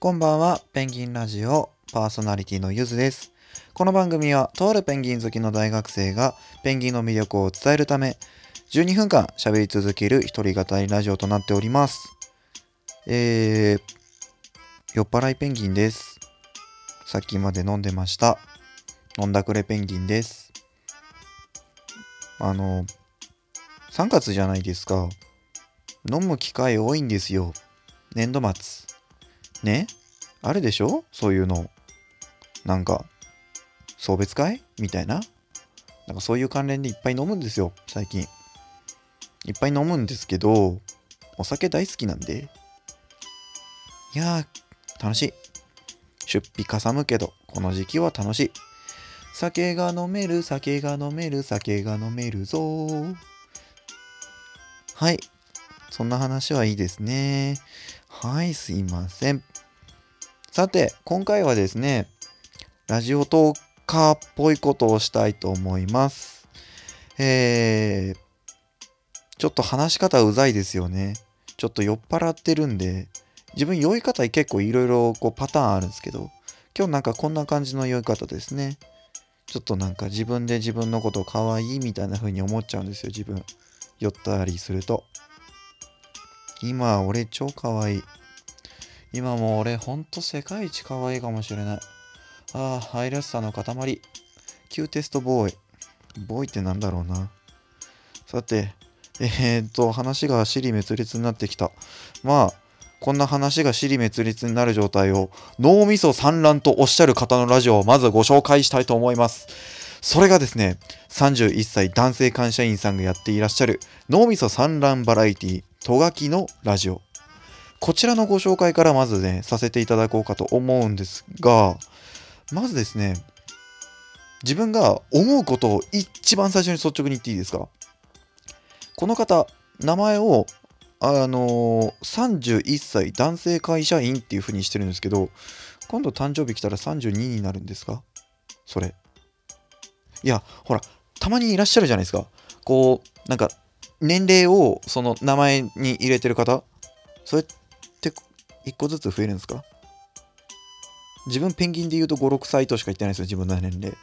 こんばんは、ペンギンラジオパーソナリティのゆずです。この番組はとあるペンギン好きの大学生がペンギンの魅力を伝えるため12分間喋り続ける一人語りラジオとなっております。酔っ払いペンギンです。さっきまで飲んでました。飲んだくれペンギンです。3月じゃないですか。飲む機会多いんですよ。年度末。ね、あるでしょ、そういうの。なんか、送別会みたいな。なんかそういう関連でいっぱい飲むんですよ、最近。いっぱい飲むんですけど、お酒大好きなんで。いやー、楽しい。出費かさむけど、この時期は楽しい。酒が飲める、酒が飲める、酒が飲めるぞー。はい。そんな話はいいですね。はい、すいません。さて、今回はですね、ラジオトーカーっぽいことをしたいと思います。ちょっと話し方うざいですよね。ちょっと酔っ払ってるんで、自分酔い方結構いろいろパターンあるんですけど、今日なんかこんな感じの酔い方ですね。ちょっとなんか自分で自分のこと可愛いみたいな風に思っちゃうんですよ、自分。酔ったりすると。今俺超可愛い。今もう俺ほんと世界一可愛いかもしれない。ああ、愛らしさの塊。キューテストボーイ。ボーイってなんだろうな。さて、話が支離滅裂になってきた。まあ、こんな話が支離滅裂になる状態を脳みそ産卵とおっしゃる方のラジオをまずご紹介したいと思います。それがですね、31歳男性会社員さんがやっていらっしゃる脳みそ産卵バラエティトガキのラジオ。こちらのご紹介からまずね、させていただこうかと思うんですが、まずですね、自分が思うことを一番最初に率直に言っていいですか。この方、名前を31歳男性会社員っていう風にしてるんですけど、今度誕生日来たら32になるんですか、それ。いや、ほら、たまにいらっしゃるじゃないですか。なんか、年齢をその名前に入れてる方、それって1個ずつ増えるんですか。自分ペンギンで言うと5、6歳としか言ってないですよ、自分の年齢。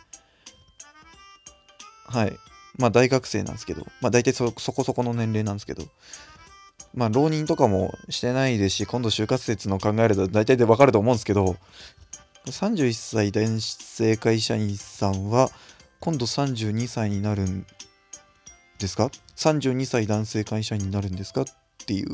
はい。まあ大学生なんですけど、まあ大体そこそこの年齢なんですけど、まあ浪人とかもしてないですし、今度就活説の考えると大体で分かると思うんですけど、31歳男性会社員さんは今度32歳になるんですか？ 32 歳男性会社員になるんですかっていう、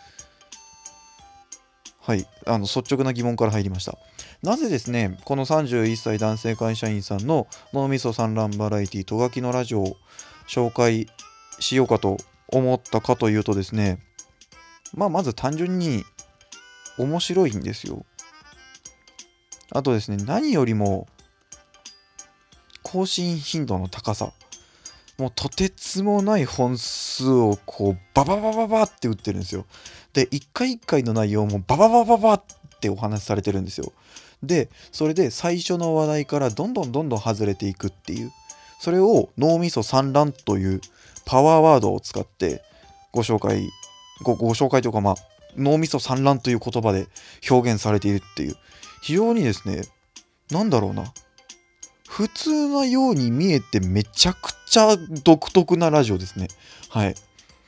はい、率直な疑問から入りました。なぜですね、この31歳男性会社員さんの脳みそ産卵バラエティトガキのラジオを紹介しようかと思ったかというとですね、まず単純に面白いんですよ。あとですね、何よりも更新頻度の高さ。もうとてつもない本数をバババババって打ってるんですよ。で、一回一回の内容もバババババってお話しされてるんですよ。で、それで最初の話題からどんどん外れていくっていう。それを脳みそ産卵というパワーワードを使ってご紹介、ご紹介というか脳みそ産卵という言葉で表現されているっていう。非常にですね、なんだろうな。普通なように見えてめちゃくちゃ独特なラジオですね。はい。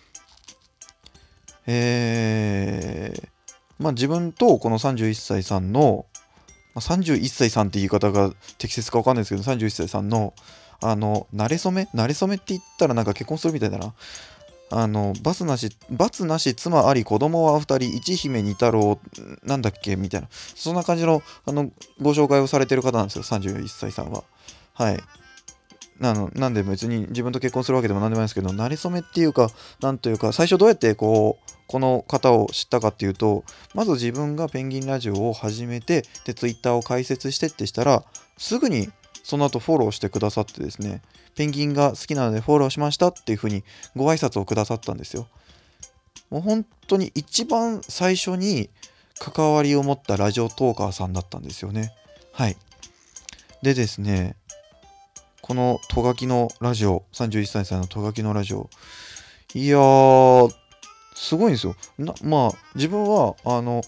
自分とこの31歳さんの、31歳さんって言い方が適切か分かんないですけど、31歳さんの、慣れ初めって言ったらなんか結婚するみたいだな。罰なし妻あり子供は2人一姫二太郎なんだっけみたいな、そんな感じのご紹介をされてる方なんですよ、31歳さんは。はい。なんで別に自分と結婚するわけでもなんでもないですけど、慣れ初めっていうか、なんというか、最初どうやってこの方を知ったかっていうと、まず自分がペンギンラジオを始めて、で、ツイッターを開設してってしたら、すぐにその後フォローしてくださってですね、ペンギンが好きなのでフォローしましたっていう風にご挨拶をくださったんですよ。もう本当に一番最初に関わりを持ったラジオトーカーさんだったんですよね。はい。でですね、このトガキのラジオ、31歳のトガキのラジオ、いやー、すごいんですよ。自分は、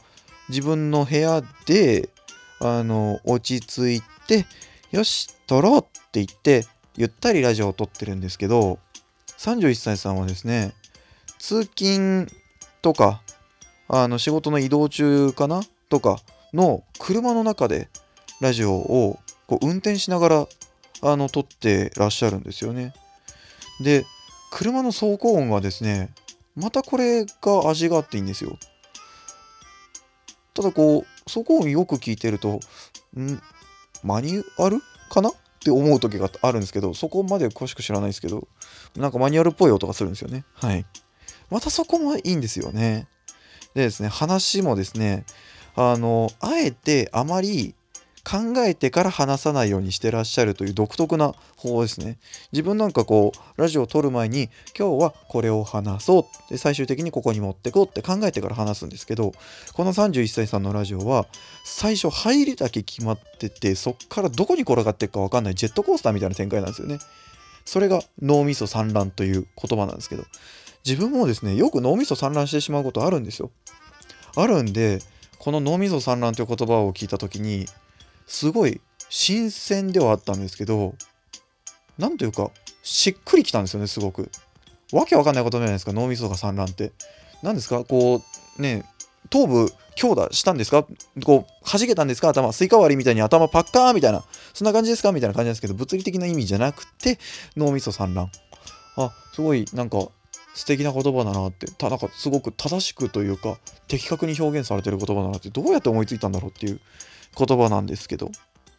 自分の部屋で落ち着いて、よし撮ろうって言ってゆったりラジオを撮ってるんですけど、31歳さんはですね、通勤とか仕事の移動中かなとかの車の中でラジオをこう運転しながら撮ってらっしゃるんですよね。で、車の走行音がですね、またこれが味があっていいんですよ。ただこう走行音よく聞いてると、マニュアルかなって思う時があるんですけど、そこまで詳しく知らないですけど、なんかマニュアルっぽい音がするんですよね。はい。またそこもいいんですよね。でですね、話もですね、あえてあまり考えてから話さないようにしてらっしゃるという独特な方法ですね。自分なんかこうラジオを撮る前に今日はこれを話そうで、最終的にここに持ってこうって考えてから話すんですけど、この31歳さんのラジオは最初入りだけ決まってて、そっからどこに転がっていくか分かんないジェットコースターみたいな展開なんですよね。それが脳みそ産卵という言葉なんですけど、自分もですね、よく脳みそ産卵してしまうことあるんですよ。あるんで、この脳みそ産卵という言葉を聞いた時にすごい新鮮ではあったんですけど、なんというかしっくりきたんですよね。すごくわけわかんないことじゃないですか。脳みそが産卵って何ですか。こうね、頭部強打したんですか、こう弾けたんですか、頭スイカ割りみたいに頭パッカーみたいな、そんな感じですかみたいな感じなんですけど、物理的な意味じゃなくて脳みそ産卵、すごいなんか素敵な言葉だなって、なんかすごく正しくというか的確に表現されてる言葉だなって、どうやって思いついたんだろうっていう言葉なんですけど、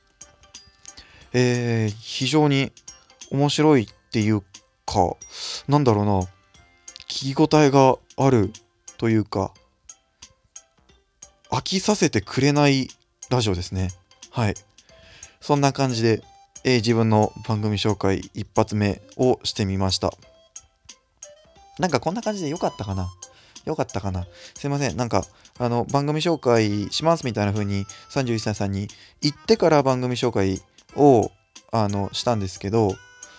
非常に面白いっていうか、なんだろうな、聞き応えがあるというか、飽きさせてくれないラジオですね。はい。そんな感じで、自分の番組紹介一発目をしてみました。なんかこんな感じでよかったかな。すいません。なんか番組紹介しますみたいな風に31歳さんに言ってから番組紹介をしたんですけど、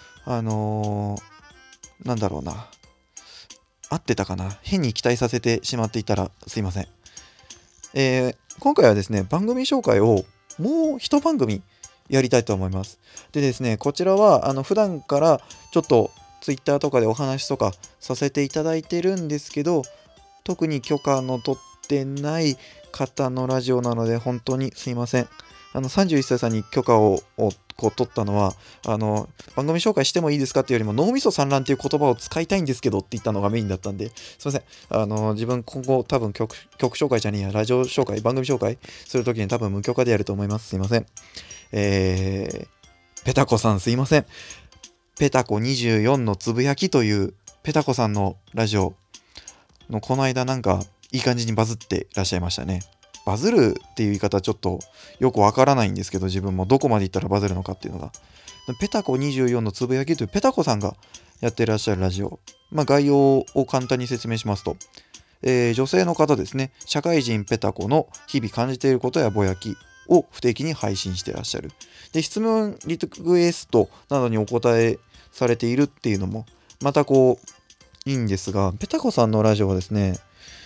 なんだろうな、合ってたかな、変に期待させてしまっていたらすいません。今回はですね、番組紹介をもう一番組やりたいと思います。でですね、こちらは普段からちょっと Twitter とかでお話とかさせていただいてるんですけど、特に許可の取ってない方のラジオなので本当にすいません。31歳さんに許可をこう取ったのは、番組紹介してもいいですかっていうよりも、脳みそ産卵っていう言葉を使いたいんですけどって言ったのがメインだったんで、すいません。自分今後多分曲紹介じゃねえや、ラジオ紹介、番組紹介するときに多分無許可でやると思います。すいません。ペタコさんすいません。ペタコ24のつぶやきというペタコさんのラジオのこの間なんかいい感じにバズっていらっしゃいましたね。バズるっていう言い方ちょっとよくわからないんですけど、自分もどこまでいったらバズるのかっていうのが、ペタコ24のつぶやきというペタコさんがやってらっしゃるラジオ、概要を簡単に説明しますと、女性の方ですね、社会人ペタコの日々感じていることやぼやきを不定期に配信してらっしゃる。で、質問リクエストなどにお答えされているっていうのもまたこういいんですが、ペタコさんのラジオはですね、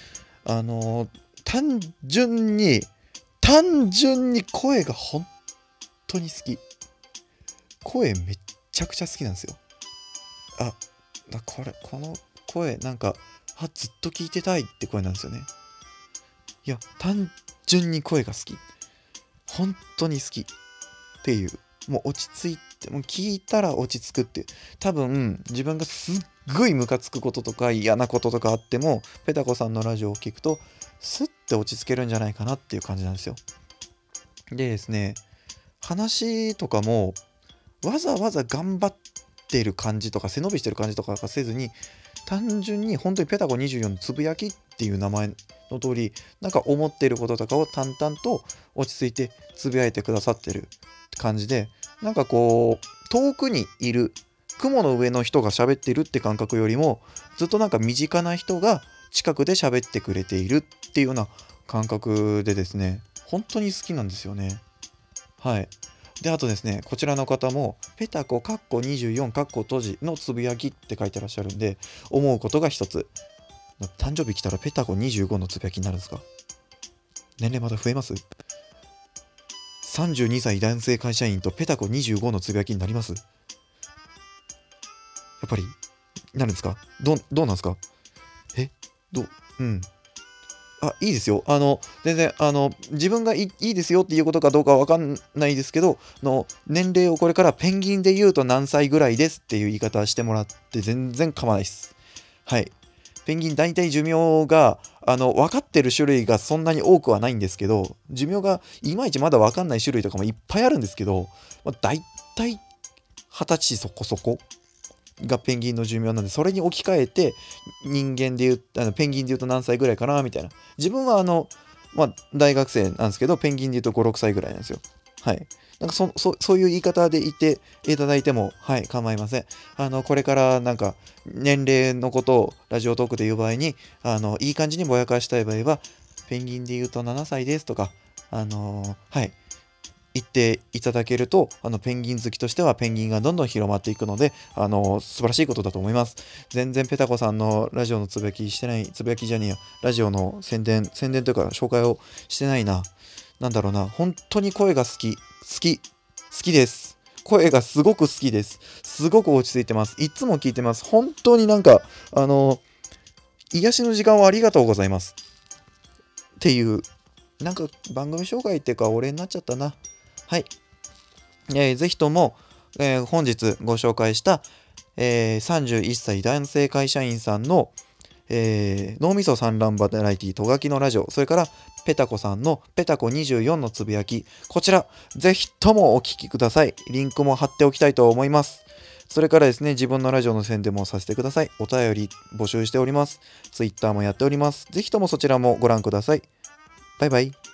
単純に声が本当に好き。声めっちゃくちゃ好きなんですよ。この声なんかずっと聞いてたいって声なんですよね。いや、単純に声が好き。本当に好きっていう、もう落ち着いて、もう聞いたら落ち着くっていう。多分自分がすっごいムカつくこととか嫌なこととかあっても、ペタコさんのラジオを聞くとスッて落ち着けるんじゃないかなっていう感じなんですよ。でですね、話とかもわざわざ頑張ってる感じとか背伸びしてる感じとかせずに、単純に本当にペタコ24のつぶやきっていう名前の通り、なんか思っていることとかを淡々と落ち着いてつぶやいてくださってる感じで、なんかこう遠くにいる雲の上の人が喋ってるって感覚よりも、ずっとなんか身近な人が近くで喋ってくれているっていうような感覚でですね、本当に好きなんですよね。はい。で、あとですね、こちらの方もペタコ24閉じのつぶやきって書いてらっしゃるんで、思うことが一つ。誕生日来たらペタコ25のつぶやきになるんですか？ 年齢また増えます？ 32 歳男性会社員とペタコ25のつぶやきになります？やっぱりなるんですか？どうなんですか？うん。いいですよ。全然、自分がいいですよっていうことかどうかはわかんないですけど、年齢をこれからペンギンで言うと何歳ぐらいですっていう言い方してもらって全然構わないです。はい。ペンギン大体寿命が、分かってる種類がそんなに多くはないんですけど、寿命がいまいちまだ分かんない種類とかもいっぱいあるんですけど、大体20歳そこそこがペンギンの寿命なんで、それに置き換えて人間で言うペンギンで言うと何歳ぐらいかなみたいな。自分は大学生なんですけど、ペンギンで言うと5、6歳ぐらいなんですよ。はい。なんかそういう言い方で言っていただいても、はい、構いません。これからなんか年齢のことをラジオトークで言う場合に、いい感じにぼやかしたい場合は、ペンギンで言うと7歳ですとか、はい、言っていただけると、ペンギン好きとしてはペンギンがどんどん広まっていくので、素晴らしいことだと思います。全然ペタコさんのラジオのつぶやきしてない、つぶやきじゃねえや、ラジオの宣伝というか紹介をしてないな。なんだろうな、本当に声が好きです。声がすごく好きです。すごく落ち着いてます。いつも聞いてます。本当になんか、癒しの時間をありがとうございます。っていう、なんか番組紹介っていうか、お礼になっちゃったな。はい。ぜひとも、本日ご紹介した、31歳男性会社員さんの、脳みそ産卵バラエティとがきのラジオ、それからペタコさんのペタコ24のつぶやき、こちらぜひともお聞きください。リンクも貼っておきたいと思います。それからですね、自分のラジオの宣伝もさせてください。お便り募集しております。Twitter もやっております。ぜひともそちらもご覧ください。バイバイ。